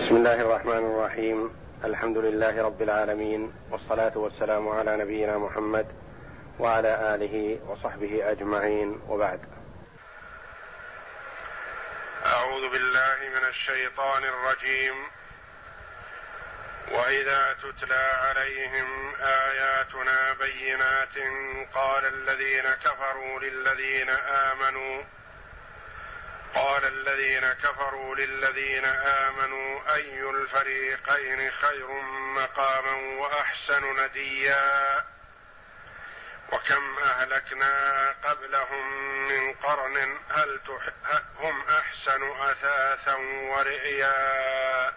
بسم الله الرحمن الرحيم. الحمد لله رب العالمين، والصلاة والسلام على نبينا محمد وعلى آله وصحبه أجمعين، وبعد. أعوذ بالله من الشيطان الرجيم. وإذا تتلى عليهم آياتنا بينات قال الذين كفروا للذين آمنوا أي الفريقين خير مقاما وأحسن نديا وكم أهلكنا قبلهم من قرن هل هم أحسن أثاثا ورئيا.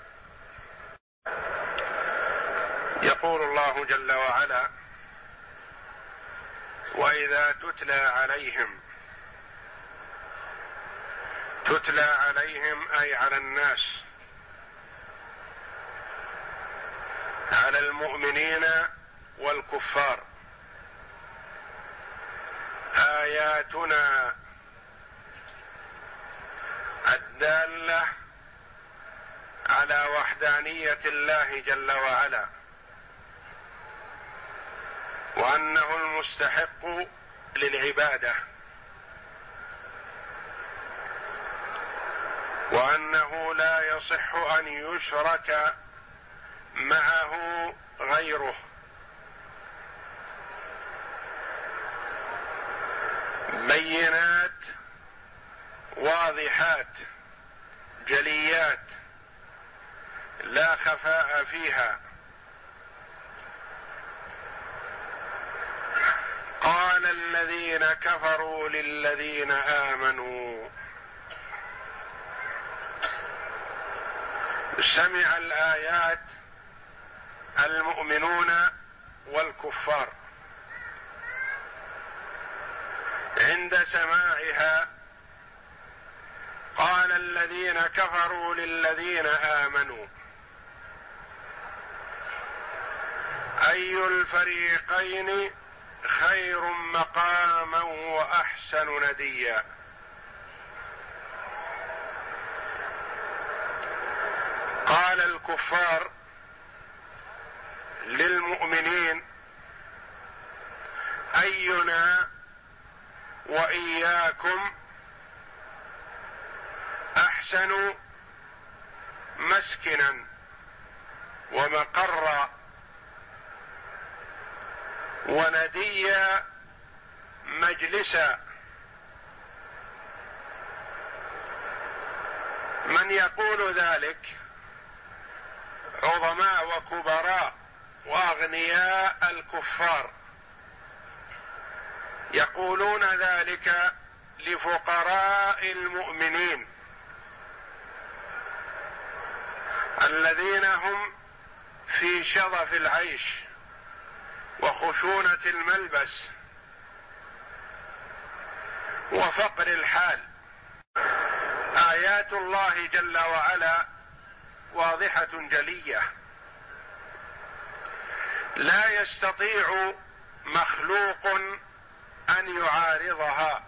يقول الله جل وعلا: وإذا تتلى عليهم أي على الناس، على المؤمنين والكفار، آياتنا الدالة على وحدانية الله جل وعلا، وأنه المستحق للعبادة، وأنه لا يصح أن يشرك معه غيره، بينات واضحات جليات لا خفاء فيها. قال الذين كفروا للذين آمنوا، سمع الآيات المؤمنون والكفار، عند سماعها قال الذين كفروا للذين آمنوا أي الفريقين خير مقاما وأحسن نديا. قال الكفار للمؤمنين: أينا وإياكم أحسن مسكنا ومقرا ونديا مجلسا. من يقول ذلك؟ عظماء وكبراء واغنياء الكفار يقولون ذلك لفقراء المؤمنين الذين هم في شظف العيش وخشونة الملبس وفقر الحال. آيات الله جل وعلا واضحة جلية، لا يستطيع مخلوق أن يعارضها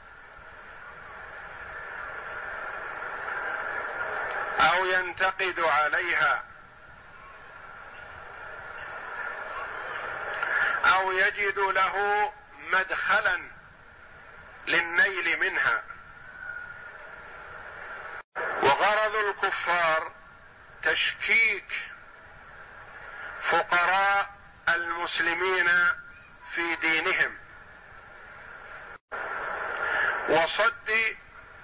أو ينتقد عليها أو يجد له مدخلا للنيل منها. وغرض الكفار تشكيك فقراء المسلمين في دينهم، وصد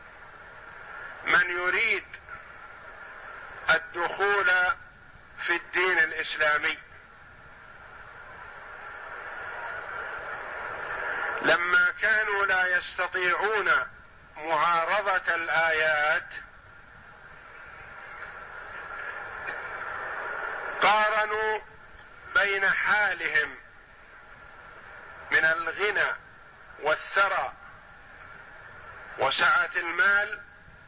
من يريد الدخول في الدين الإسلامي. لما كانوا لا يستطيعون معارضة الآيات قارنوا بين حالهم من الغنى والثرى وسعة المال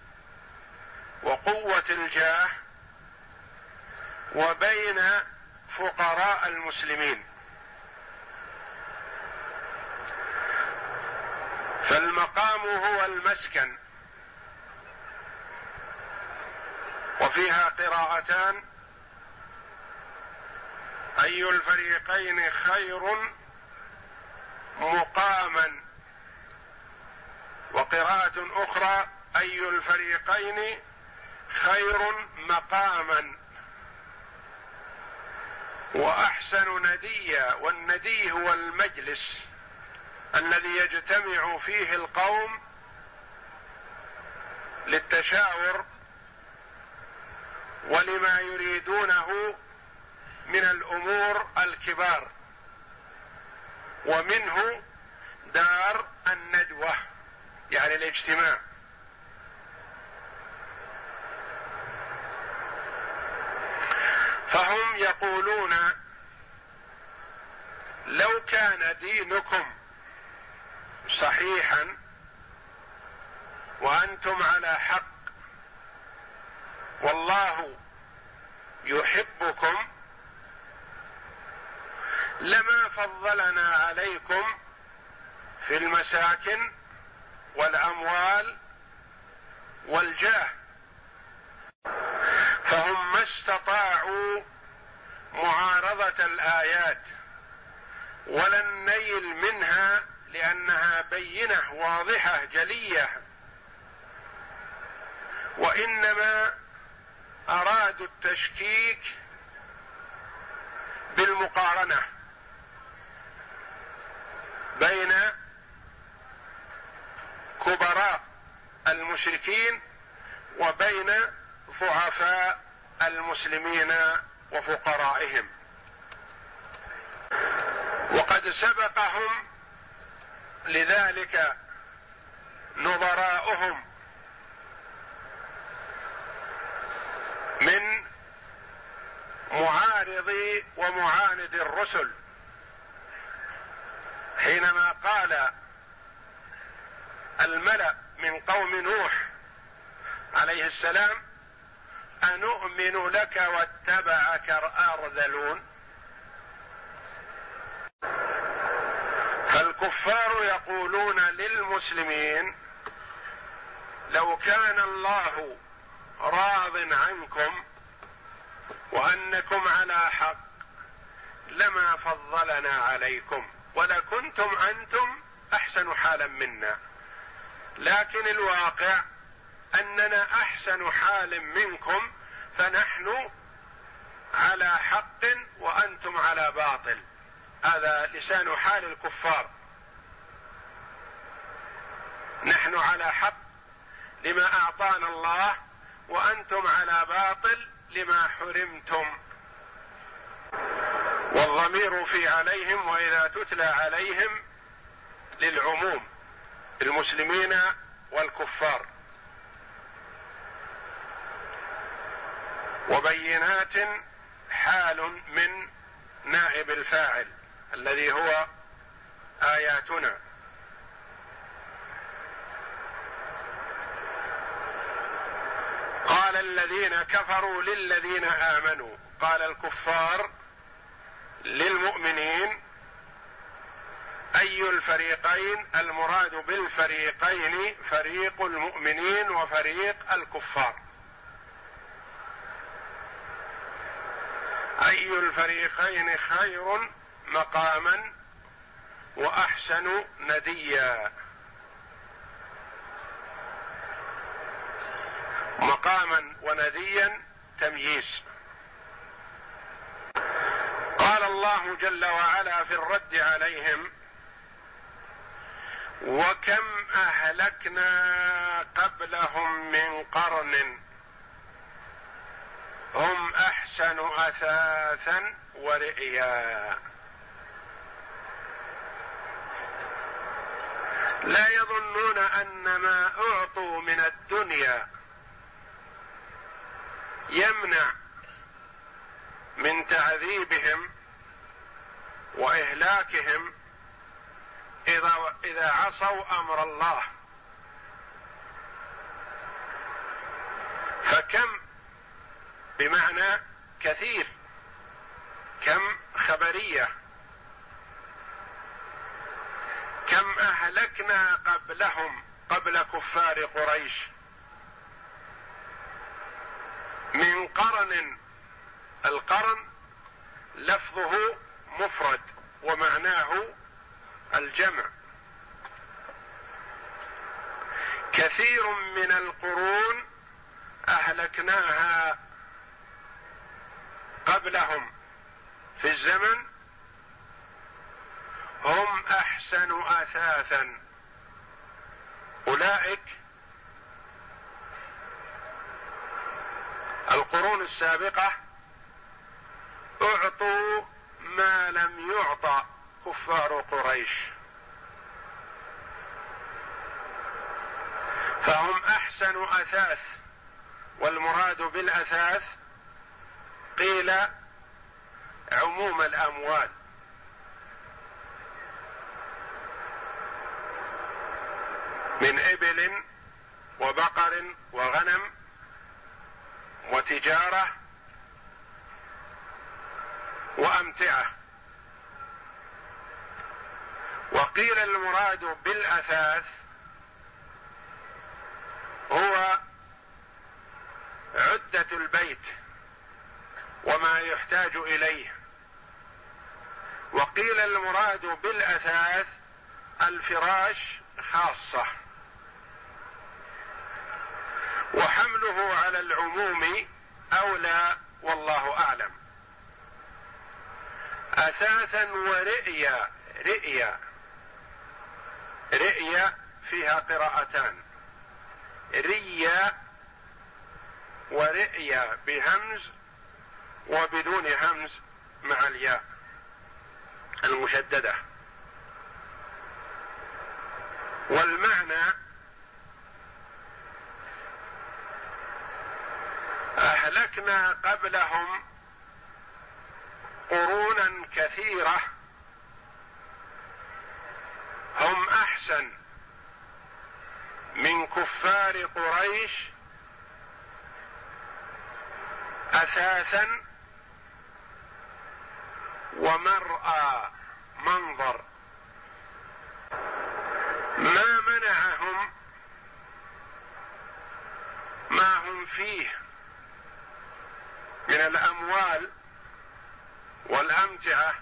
وقوة الجاه وبين فقراء المسلمين. فالمقام هو المسكن، وفيها قراءتان: أي الفريقين خير مقاما، وقراءة أخرى: أي الفريقين خير مقاما وأحسن نديا. والندي هو المجلس الذي يجتمع فيه القوم للتشاور ولما يريدونه من الأمور الكبار، ومنه دار الندوة يعني الاجتماع. فهم يقولون: لو كان دينكم صحيحا وأنتم على حق والله يحبكم لما فضلنا عليكم في المساكن والأموال والجاه. فهم ما استطاعوا معارضة الآيات ولا النيل منها، لأنها بينة واضحة جلية، وإنما أرادوا التشكيك بالمقارنة بين كبراء المشركين وبين ضعفاء المسلمين وفقرائهم. وقد سبقهم لذلك نظراؤهم من معارض ومعاند الرسل، حينما قال الملأ من قوم نوح عليه السلام: أنؤمن لك واتبعك الأرذلون. فالكفار يقولون للمسلمين: لو كان الله راض عنكم وأنكم على حق لما فضلنا عليكم ولكنتم أنتم أحسن حالا منا، لكن الواقع أننا أحسن حال منكم، فنحن على حق وأنتم على باطل. هذا لسان حال الكفار: نحن على حق لما أعطانا الله وأنتم على باطل لما حرمتم. والضمير في عليهم وإذا تتلى عليهم للعموم، المسلمين والكفار. وبينات حال من نائب الفاعل الذي هو آياتنا. قال الذين كفروا للذين آمنوا، قال الكفار للمؤمنين: أي الفريقين؟ المراد بالفريقين فريق المؤمنين وفريق الكفار. أي الفريقين خير مقاما وأحسن نديا. مقاما ونديا تمييز. قال الله جل وعلا في الرد عليهم: وكم أهلكنا قبلهم من قرن هم أحسن أثاثا ورئيا. لا يظنون أن ما أعطوا من الدنيا يمنع من تعذيبهم وإهلاكهم إذا عصوا أمر الله. فكم بمعنى كثير، كم خبرية. كم أهلكنا قبلهم، قبل كفار قريش، قرن. القرن لفظه مفرد ومعناه الجمع. كثير من القرون أهلكناها قبلهم في الزمن هم أحسن أثاثا. أولئك القرون السابقة أعطوا ما لم يعطى كفار قريش، فهم أحسن أثاث. والمراد بالأثاث قيل عموم الأموال، من إبل وبقر وغنم وتجارة وأمتعة. وقيل المراد بالأثاث هو عدة البيت وما يحتاج إليه. وقيل المراد بالأثاث الفراش خاصة، وحمله على العموم أولى والله أعلم. أثاثا ورئيا. رئيا فيها قراءتان، ريا ورئيا بهمز وبدون همز مع الياء المشددة. والمعنى أهلكنا قبلهم قرونا كثيرة هم أحسن من كفار قريش أثاثا ومرأى منظر. ما منعهم ما هم فيه من الأموال والأمتعة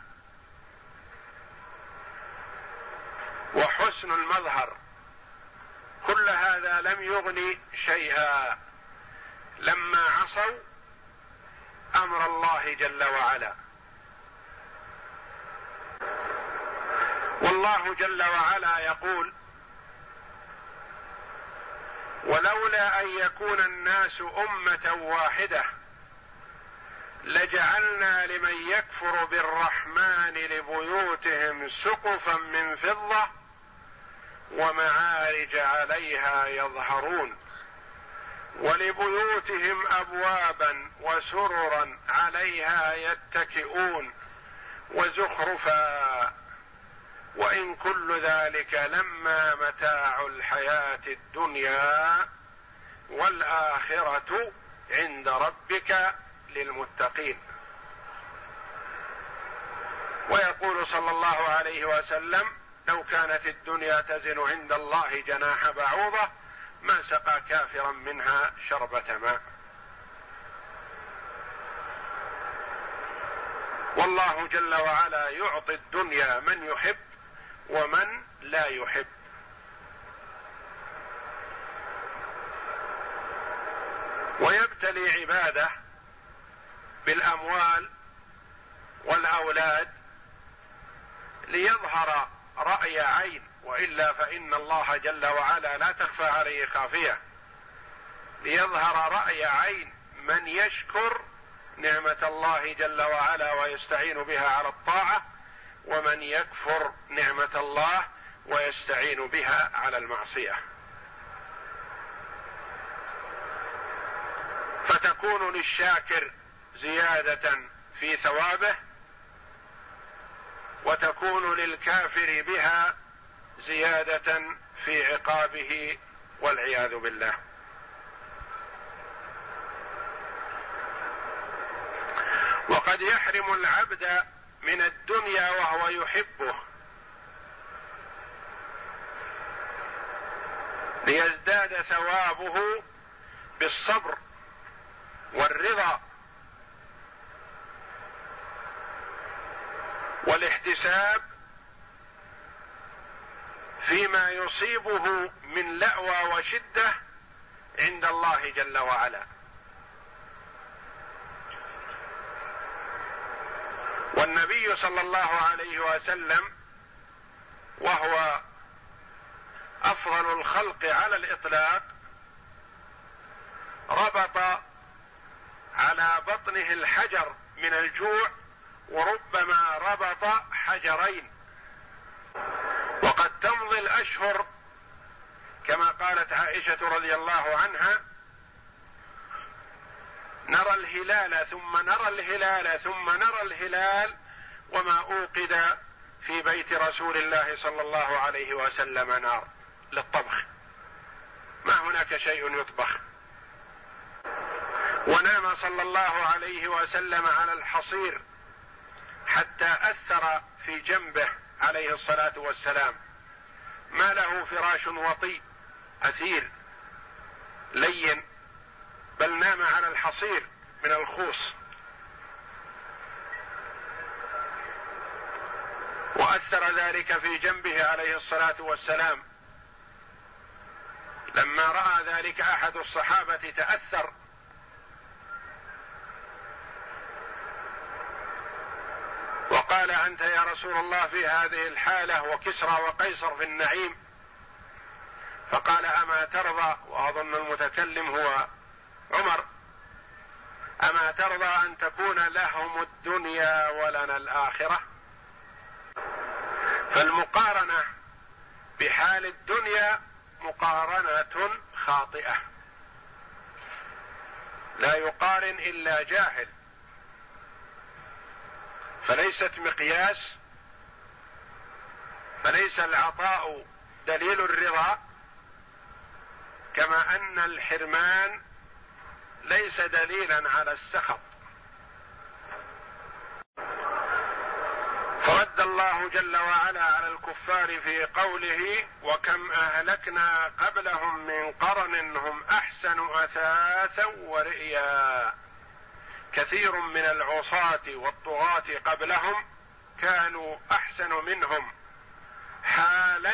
وحسن المظهر، كل هذا لم يغني شيئا لما عصوا أمر الله جل وعلا. والله جل وعلا يقول: ولولا أن يكون الناس أمة واحدة لجعلنا لمن يكفر بالرحمن لبيوتهم سقفا من فضة ومعارج عليها يظهرون ولبيوتهم أبوابا وسررا عليها يتكئون وزخرفا وإن كل ذلك لما متاع الحياة الدنيا والآخرة عند ربك للمتقين. ويقول صلى الله عليه وسلم: لو كانت الدنيا تزن عند الله جناح بعوضة ما سقى كافرا منها شربة ماء. والله جل وعلا يعطي الدنيا من يحب ومن لا يحب. ويبتلي عباده بالأموال والأولاد ليظهر رأي عين، وإلا فإن الله جل وعلا لا تخفى عليه خافية، ليظهر رأي عين من يشكر نعمة الله جل وعلا ويستعين بها على الطاعة، ومن يكفر نعمة الله ويستعين بها على المعصية، فتكون للشاكر زيادة في ثوابه وتكون للكافر بها زيادة في عقابه والعياذ بالله. وقد يحرم العبد من الدنيا وهو يحبه ليزداد ثوابه بالصبر والرضا والاحتساب فيما يصيبه من لأوى وشدة عند الله جل وعلا. والنبي صلى الله عليه وسلم وهو أفضل الخلق على الإطلاق ربط على بطنه الحجر من الجوع، وربما ربط حجرين. وقد تمضي الأشهر كما قالت عائشة رضي الله عنها: نرى الهلال ثم نرى الهلال ثم نرى الهلال وما أوقد في بيت رسول الله صلى الله عليه وسلم نار للطبخ، ما هناك شيء يطبخ. ونام صلى الله عليه وسلم على الحصير حتى أثر في جنبه عليه الصلاة والسلام، ما له فراش وطي أثير لين، بل نام على الحصير من الخوص. وأثر ذلك في جنبه عليه الصلاة والسلام. لما رأى ذلك أحد الصحابة تأثر وقال: أنت يا رسول الله في هذه الحالة وكسرى وقيصر في النعيم؟ فقال: أما ترضى، وأظن المتكلم هو عمر، أما ترضى أن تكون لهم الدنيا ولنا الآخرة؟ فالمقارنة بحال الدنيا مقارنة خاطئة، لا يقارن إلا جاهل، فليست مقياس، فليس العطاء دليل الرضا، كما أن الحرمان ليس دليلا على السخط. فرد الله جل وعلا على الكفار في قوله: وكم أهلكنا قبلهم من قرن هم أحسن أثاثا ورئيا. كثير من العصاة والطغاة قبلهم كانوا أحسن منهم حالا،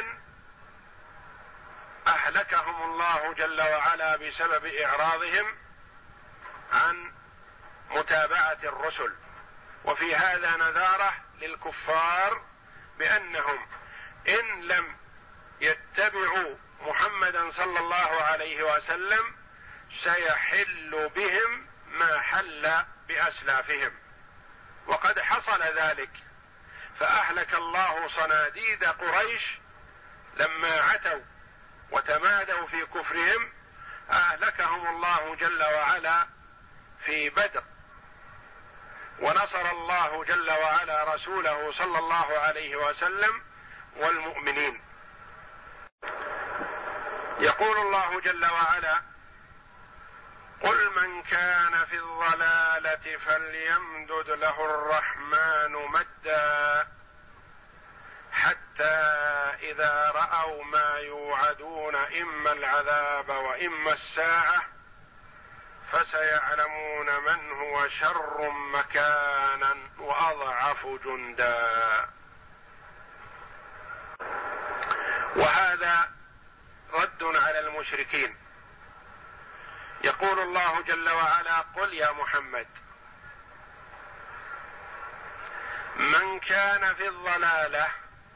أهلكهم الله جل وعلا بسبب إعراضهم عن متابعة الرسل. وفي هذا نذارة للكفار بأنهم إن لم يتبعوا محمدا صلى الله عليه وسلم سيحل بهم ما حل بأسلافهم، وقد حصل ذلك. فأهلك الله صناديد قريش لما عتوا وتمادوا في كفرهم، أهلكهم الله جل وعلا في بدر. ونصر الله جل وعلا رسوله صلى الله عليه وسلم والمؤمنين. يقول الله جل وعلا: قل من كان في الضلالة فليمدد له الرحمن مدا حتى إذا رأوا ما يوعدون إما العذاب وإما الساعة فسيعلمون من هو شر مكانا وأضعف جندا. وهذا رد على المشركين. يقول الله جل وعلا: قل يا محمد من كان في الضلالة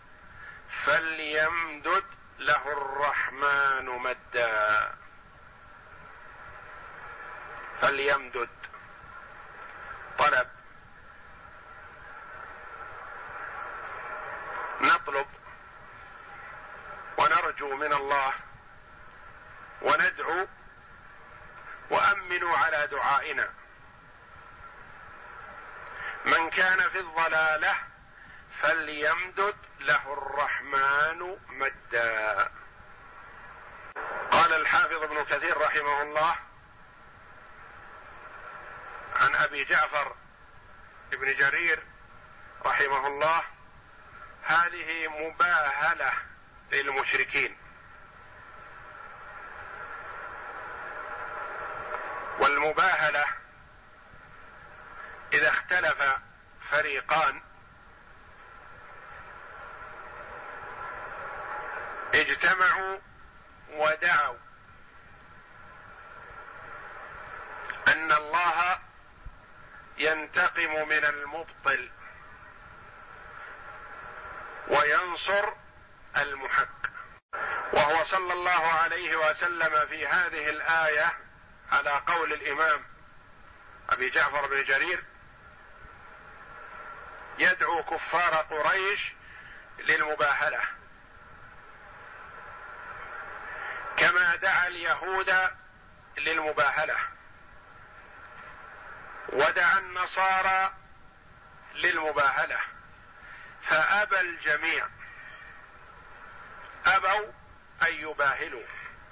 فليمدد له الرحمن مدا. فليمدد طلب، نطلب ونرجو من الله وندعو وأمنوا على دعائنا. من كان في الضلالة فليمدد له الرحمن مدا. قال الحافظ ابن كثير رحمه الله عن أبي جعفر ابن جرير رحمه الله: هذه مباهلة للمشركين، والمباهلة إذا اختلف فريقان اجتمعوا ودعوا أن الله ينتقم من المبطل وينصر المحق. وهو صلى الله عليه وسلم في هذه الآية على قول الإمام أبي جعفر بن جرير يدعو كفار قريش للمباهلة كما دعا اليهود للمباهلة ودعا النصارى للمباهلة، فأبى الجميع، أبوا أن يباهلوا،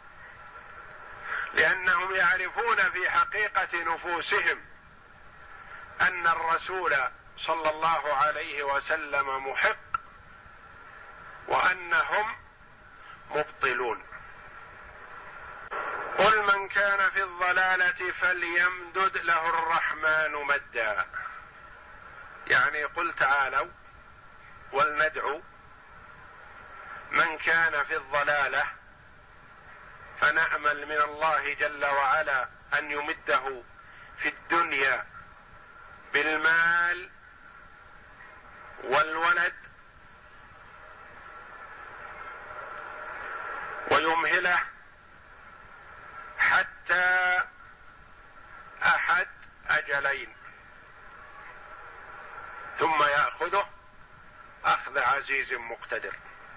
لأنهم يعرفون في حقيقة نفوسهم أن الرسول صلى الله عليه وسلم محق وأنهم مبطلون. قل من كان في الضلالة فليمدد له الرحمن مدا، يعني قل تعالوا ولندعو من كان في الضلالة فنأمل من الله جل وعلا أن يمده في الدنيا بالمال والولد ويمهله حتى أحد أجلين ثم يأخذه أخذ عزيز مقتدر.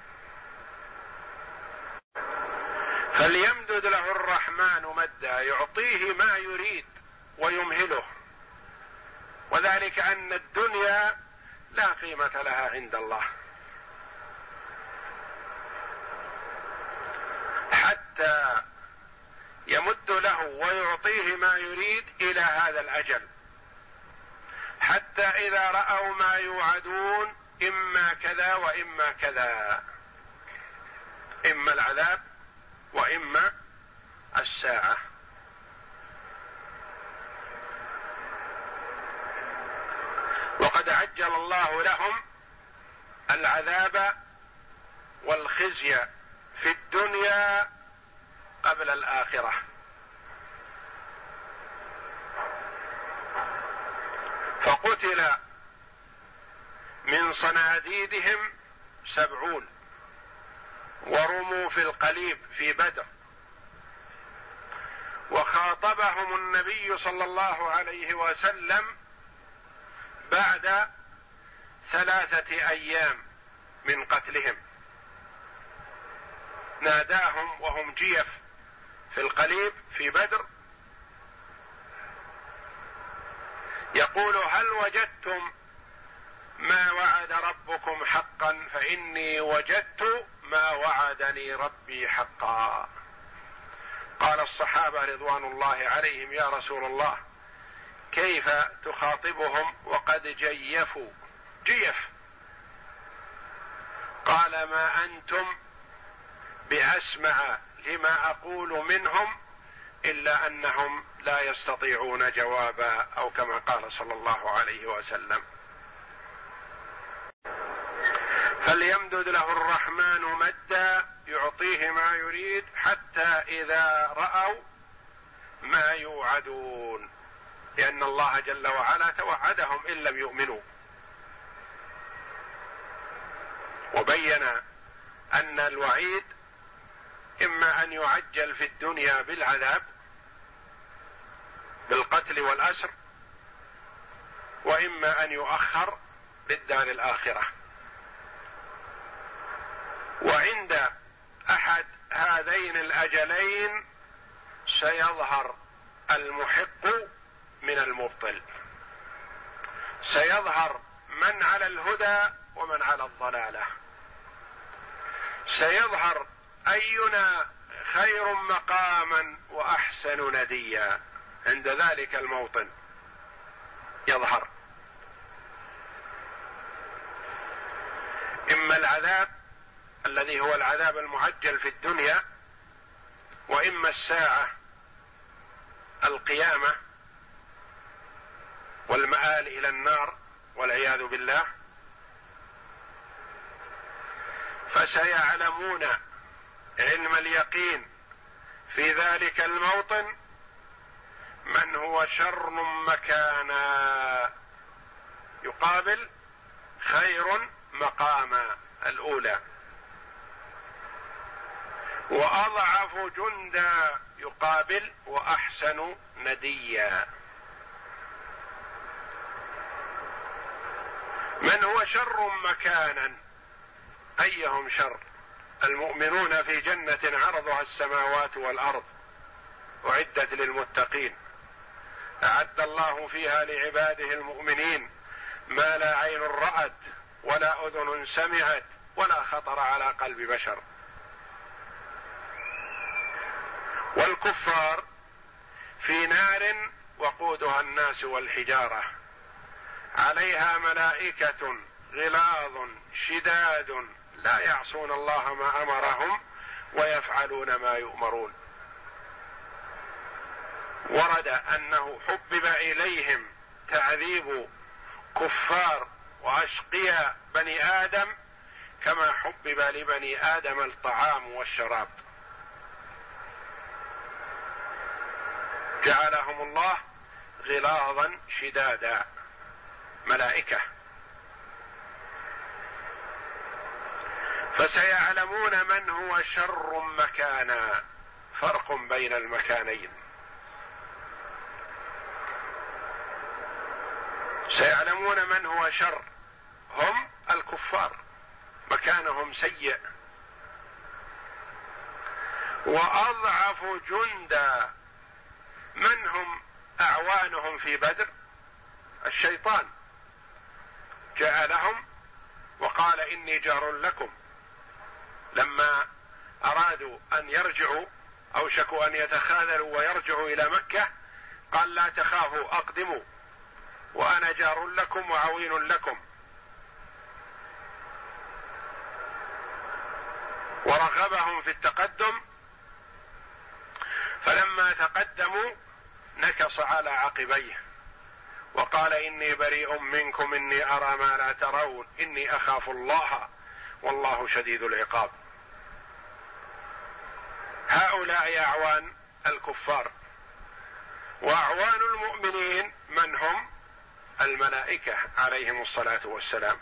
فليمدد له الرحمن مدا، يعطيه ما يريد ويمهله، وذلك أن الدنيا لا قيمة لها عند الله، حتى يمد له ويعطيه ما يريد إلى هذا الأجل، حتى إذا رأوا ما يوعدون إما كذا وإما كذا، إما العذاب وإما الساعة. وقد عجل الله لهم العذاب والخزي في الدنيا قبل الآخرة، فقتل من صناديدهم 70 ورموا في القليب في بدر، وخاطبهم النبي صلى الله عليه وسلم بعد 3 أيام من قتلهم، ناداهم وهم جيف في القليب في بدر يقول هل وجدتم ما وعد ربكم حقا؟ فإني وجدت ما وعدني ربي حقا. قال الصحابة رضوان الله عليهم يا رسول الله كيف تخاطبهم وقد جيفوا جيف؟ قال ما أنتم بأسمع لما أقول منهم إلا أنهم لا يستطيعون جوابا، أو كما قال صلى الله عليه وسلم. فليمدد له الرحمن مدا، يعطيه ما يريد حتى إذا رأوا ما يوعدون، لأن الله جل وعلا توعدهم إن لم يؤمنوا، وبين أن الوعيد إما أن يعجل في الدنيا بالعذاب بالقتل والأسر، وإما أن يؤخر للدار الآخرة. وعند أحد هذين الأجلين سيظهر المحق من المبطل، سيظهر من على الهدى ومن على الضلالة، سيظهر أينا خير مقاما وأحسن نديا. عند ذلك الموطن يظهر إما العذاب الذي هو العذاب المعجل في الدنيا، وإما الساعة القيامة، والمآل إلى النار والعياذ بالله. فسيعلمون علم اليقين في ذلك الموطن من هو شر مكانا يقابل خير مقاما الأولى، وأضعف جندا يقابل وأحسن نديا. من هو شر مكانا؟ أيهم شر؟ المؤمنون في جنة عرضها السماوات والأرض أعدت للمتقين، أعد الله فيها لعباده المؤمنين ما لا عين رأت ولا أذن سمعت ولا خطر على قلب بشر. والكفار في نار وقودها الناس والحجارة، عليها ملائكة غلاظ شداد لا يعصون الله ما أمرهم ويفعلون ما يؤمرون. ورد أنه حبب إليهم تعذيب كفار وأشقياء بني آدم كما حبب لبني آدم الطعام والشراب. جعلهم الله غلاظا شدادا ملائكة. فسيعلمون من هو شر مكانا، فرق بين المكانين. سيعلمون من هو شر، هم الكفار مكانهم سيء. وأضعف جندا، من هم أعوانهم في بدر؟ الشيطان جعلهم وقال إني جار لكم، لما أرادوا أن يرجعوا أوشكوا أن يتخاذلوا ويرجعوا إلى مكة قال لا تخافوا أقدموا وأنا جار لكم وعوين لكم، ورغبهم في التقدم. فلما تقدموا نكص على عقبيه وقال إني بريء منكم إني أرى ما لا ترون إني أخاف الله والله شديد العقاب. هؤلاء أعوان الكفار. وأعوان المؤمنين من هم؟ الملائكة عليهم الصلاة والسلام.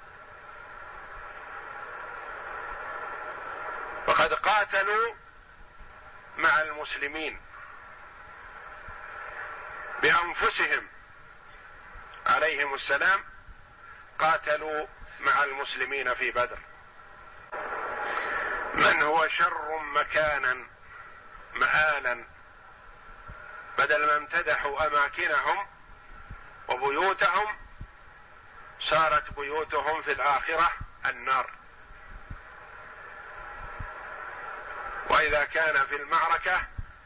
وقد قاتلوا مع المسلمين بأنفسهم عليهم السلام، قاتلوا مع المسلمين في بدر. من هو شر مكانا مآلا، بدل ما امتدحوا أماكنهم وبيوتهم صارت بيوتهم في الآخرة النار. وإذا كان في المعركة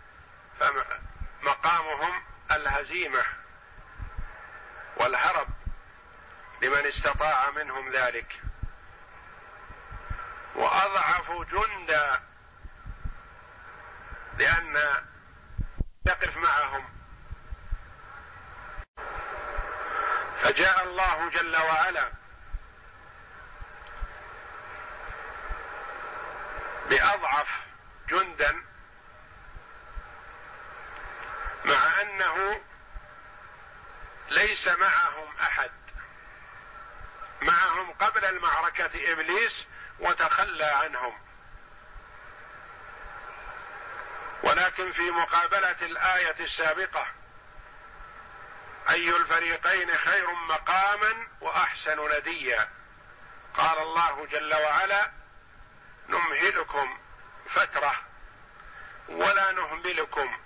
فمقامهم الهزيمة والهرب لمن استطاع منهم ذلك. وأضعف جندا لأن يقف معهم. فجاء الله جل وعلا بأضعف جندا مع أنه ليس معهم أحد، معهم قبل المعركة إبليس وتخلى عنهم، ولكن في مقابلة الآية السابقة أي الفريقين خير مقاما وأحسن نديا، قال الله جل وعلا نمهلكم فترة ولا نهملكم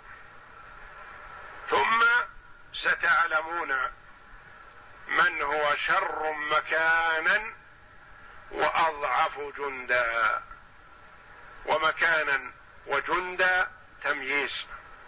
ثم ستعلمون من هو شر مكانا وأضعف جندا. ومكانا وجندا تمييز.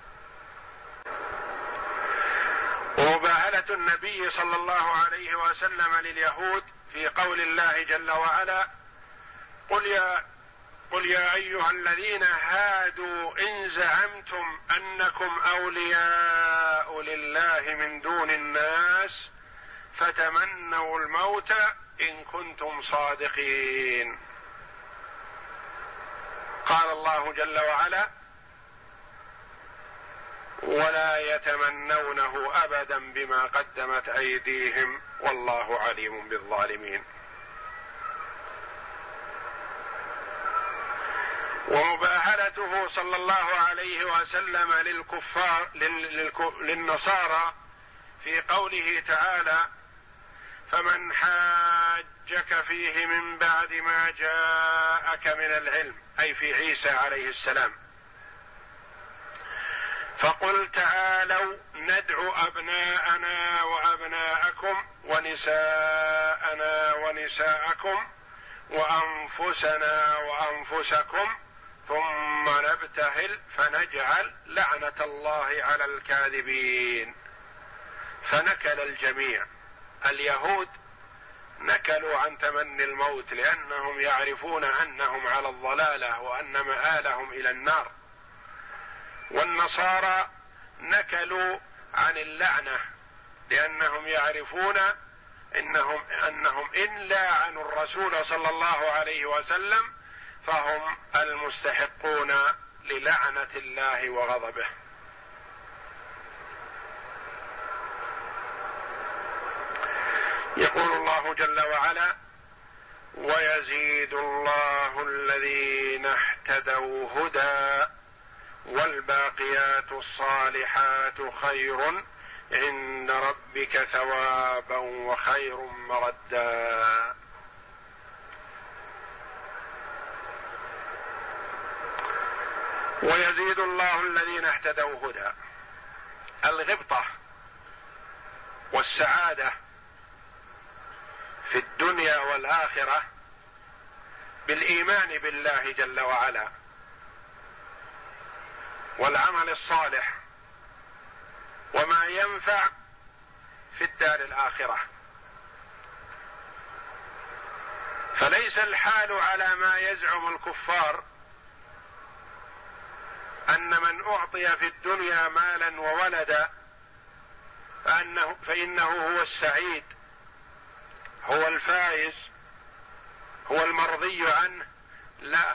ومباهلة النبي صلى الله عليه وسلم لليهود في قول الله جل وعلا قل يا قل يا أيها الذين هادوا إن زعمتم أنكم أولياء لله من دون الناس فتمنوا الموت إن كنتم صادقين. قال الله جل وعلا: ولا يتمنونه أبدا بما قدمت أيديهم والله عليم بالظالمين. ومباهلته صلى الله عليه وسلم للكفار للنصارى في قوله تعالى: فمن حاجك فيه من بعد ما جاءك من العلم، أي في عيسى عليه السلام، فقل تعالوا ندعو أبناءنا وأبناءكم ونساءنا ونساءكم وأنفسنا وأنفسكم ثم نبتهل فنجعل لعنة الله على الكاذبين. فنكل الجميع. اليهود نكلوا عن تمني الموت لأنهم يعرفون أنهم على الضلالة وأن مآلهم إلى النار، والنصارى نكلوا عن اللعنة لأنهم يعرفون أنهم إن لاعنوا الرسول صلى الله عليه وسلم فهم المستحقون للعنة الله وغضبه. يقول الله جل وعلا: ويزيد الله الذين اهتدوا هدى والباقيات الصالحات خير عند ربك ثوابا وخير مردا. ويزيد الله الذين اهتدوا هدى. الغبطة والسعادة في الدنيا والآخرة بالإيمان بالله جل وعلا والعمل الصالح وما ينفع في الدار الآخرة. فليس الحال على ما يزعم الكفار أن من أعطي في الدنيا مالا وولدا فإنه هو السعيد، هو الفائز، هو المرضي عنه. لا،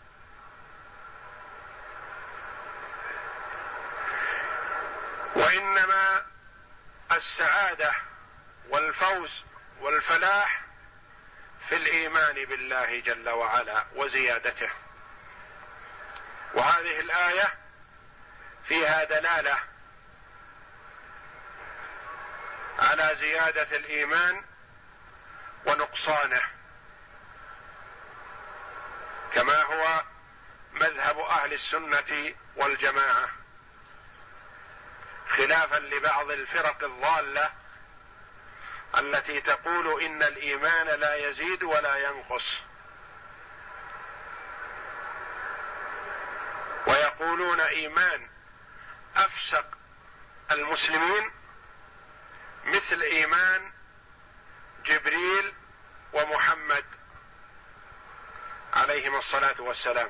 وإنما السعادة والفوز والفلاح في الإيمان بالله جل وعلا وزيادته. وهذه الآية فيها دلالة على زيادة الإيمان ونقصانه، كما هو مذهب أهل السنة والجماعة، خلافا لبعض الفرق الضالة التي تقول إن الإيمان لا يزيد ولا ينقص، ويقولون إيمان أفسق المسلمين مثل إيمان جبريل ومحمد عليهما الصلاة والسلام.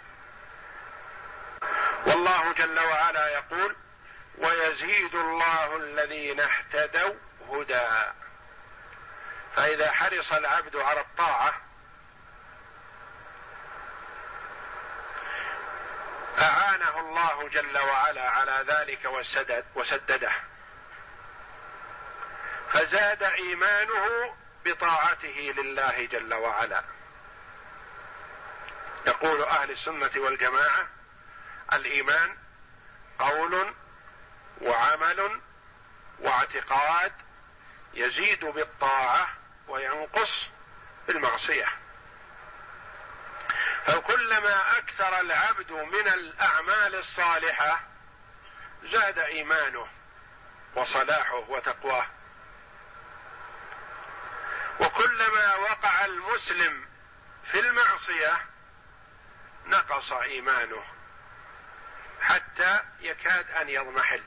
والله جل وعلا يقول: ويزيد الله الذين اهتدوا هدى. فإذا حرص العبد على الطاعة أعانه الله جل وعلا على ذلك وسدده، فزاد إيمانه بطاعته لله جل وعلا. يقول أهل السنة والجماعة: الإيمان قول وعمل واعتقاد، يزيد بالطاعة وينقص بالمعصية. فكلما أكثر العبد من الأعمال الصالحة زاد إيمانه وصلاحه وتقواه، وكلما وقع المسلم في المعصية نقص إيمانه حتى يكاد أن يضمحل.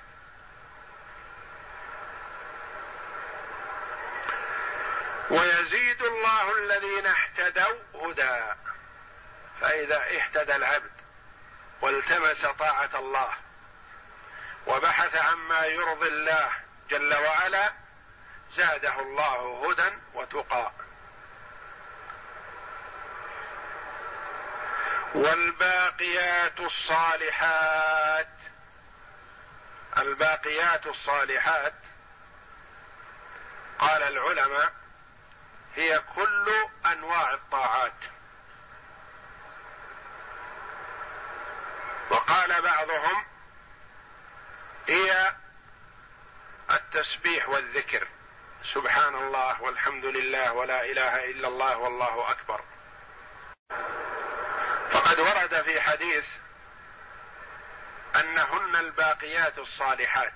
ويزيد الله الذين اهتدوا هدى. فإذا اهتدى العبد والتمس طاعة الله وبحث عما يرضي الله جل وعلا زاده الله هدى وتقى. والباقيات الصالحات، الباقيات الصالحات قال العلماء هي كل أنواع الطاعات. وقال بعضهم هي التسبيح والذكر، سبحان الله والحمد لله ولا إله إلا الله والله أكبر. فقد ورد في حديث أنهن الباقيات الصالحات،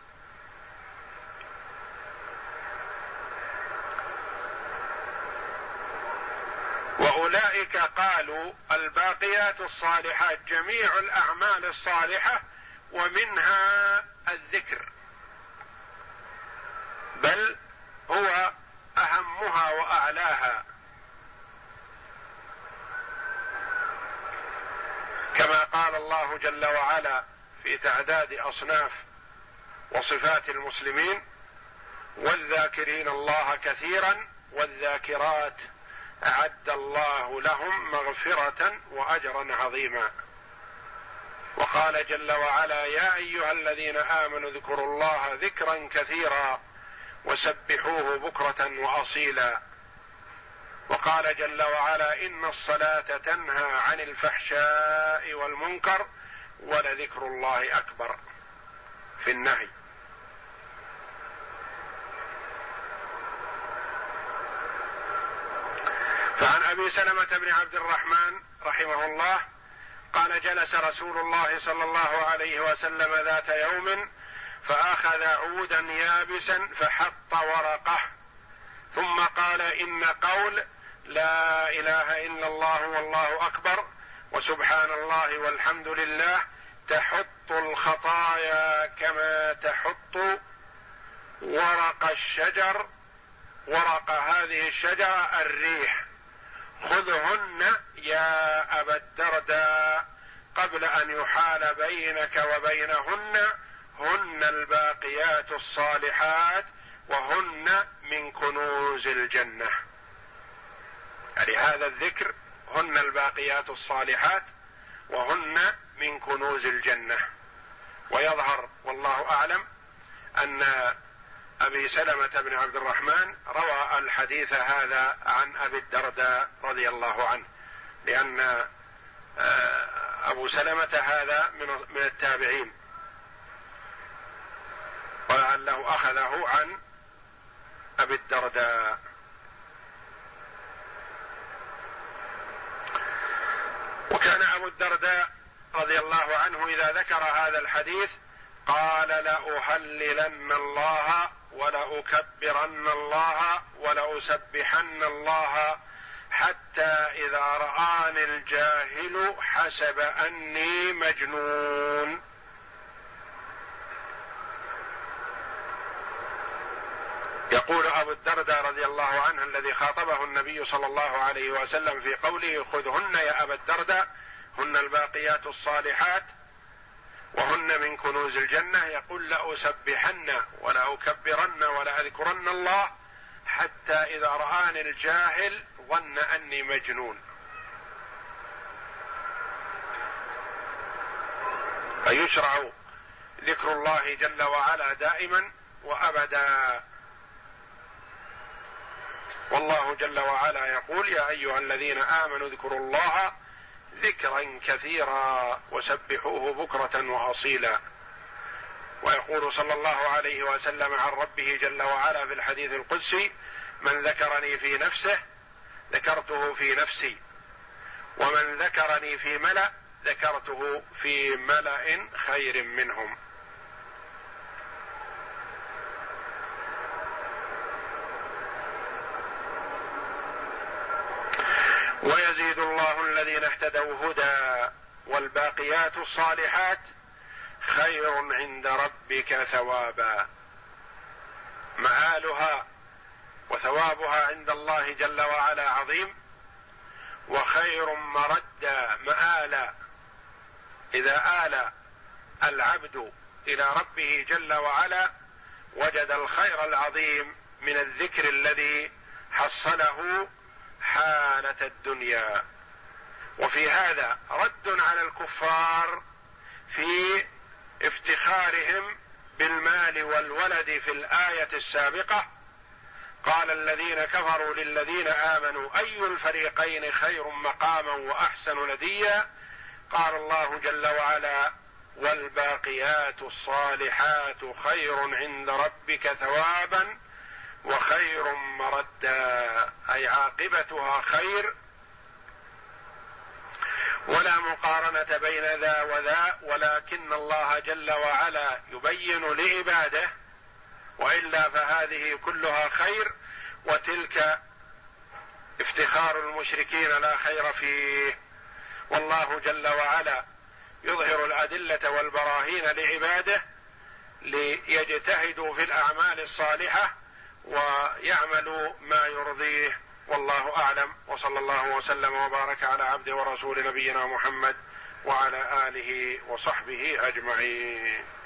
وأولئك قالوا الباقيات الصالحات جميع الأعمال الصالحة ومنها الذكر، بل هو أهمها وأعلاها، كما قال الله جل وعلا في تعداد أصناف وصفات المسلمين: والذاكرين الله كثيرا والذاكرات أعد الله لهم مغفرة وأجرا عظيما. وقال جل وعلا: يا أيها الذين آمنوا اذكروا الله ذكرا كثيرا وسبحوه بكرة وأصيلا. وقال جل وعلا: إن الصلاة تنهى عن الفحشاء والمنكر ولذكر الله أكبر في النهي. فعن أبي سلمة بن عبد الرحمن رحمه الله قال: جلس رسول الله صلى الله عليه وسلم ذات يوم فأخذ عودا يابسا فحط ورقه، ثم قال: إن قول لا إله إلا الله والله أكبر وسبحان الله والحمد لله تحط الخطايا كما تحط ورق الشجر، ورق هذه الشجرة الريح، خذهن يا أبا الدرداء قبل أن يحال بينك وبينهن، هن الباقيات الصالحات وهن من كنوز الجنة. يعني هذا الذكر هن الباقيات الصالحات وهن من كنوز الجنة. ويظهر والله أعلم أن أبي سلمة بن عبد الرحمن روى الحديث هذا عن أبي الدرداء رضي الله عنه، لأن أبو سلمة هذا من التابعين، ولعله أخذه عن أبي الدرداء. وكان أبو الدرداء رضي الله عنه إذا ذكر هذا الحديث قال: لأهللن الله ولأكبرن الله ولأسبحن الله حتى إذا رآني الجاهل حسب أني مجنون. يقول أبو الدرداء رضي الله عنه الذي خاطبه النبي صلى الله عليه وسلم في قوله: خذهن يا أبا الدرداء، هن الباقيات الصالحات وهن من كنوز الجنة، يقول: لأسبحن ولا أكبرن ولا أذكرن الله حتى إذا رآني الجاهل ظن أني مجنون. فيشرع ذكر الله جل وعلا دائما وأبدا. والله جل وعلا يقول: يا أيها الذين آمنوا اذكروا الله ذكرا كثيرا وسبحوه بكرة وأصيلا. ويقول صلى الله عليه وسلم عن ربه جل وعلا في الحديث القدسي: من ذكرني في نفسه ذكرته في نفسي، ومن ذكرني في ملأ ذكرته في ملأ خير منهم. ويزيد الله الذين اهتدوا هدى والباقيات الصالحات خير عند ربك ثوابا. مآلها وثوابها عند الله جل وعلا عظيم، وخير مردا مآلا. إذا آل العبد إلى ربه جل وعلا وجد الخير العظيم من الذكر الذي حصله حالة الدنيا. وفي هذا رد على الكفار في افتخارهم بالمال والولد في الآية السابقة. قال الذين كفروا للذين آمنوا أي الفريقين خير مقاما وأحسن نديا. قال الله جل وعلا والباقيات الصالحات خير عند ربك ثوابا وخير مردا، أي عاقبتها خير، ولا مقارنة بين ذا وذا، ولكن الله جل وعلا يبين لعباده، وإلا فهذه كلها خير، وتلك افتخار المشركين لا خير فيه. والله جل وعلا يظهر الأدلة والبراهين لعباده ليجتهدوا في الأعمال الصالحة ويعملوا ما يرضيه. والله أعلم، وصلى الله وسلم وبارك على عبده ورسول نبينا محمد وعلى آله وصحبه أجمعين.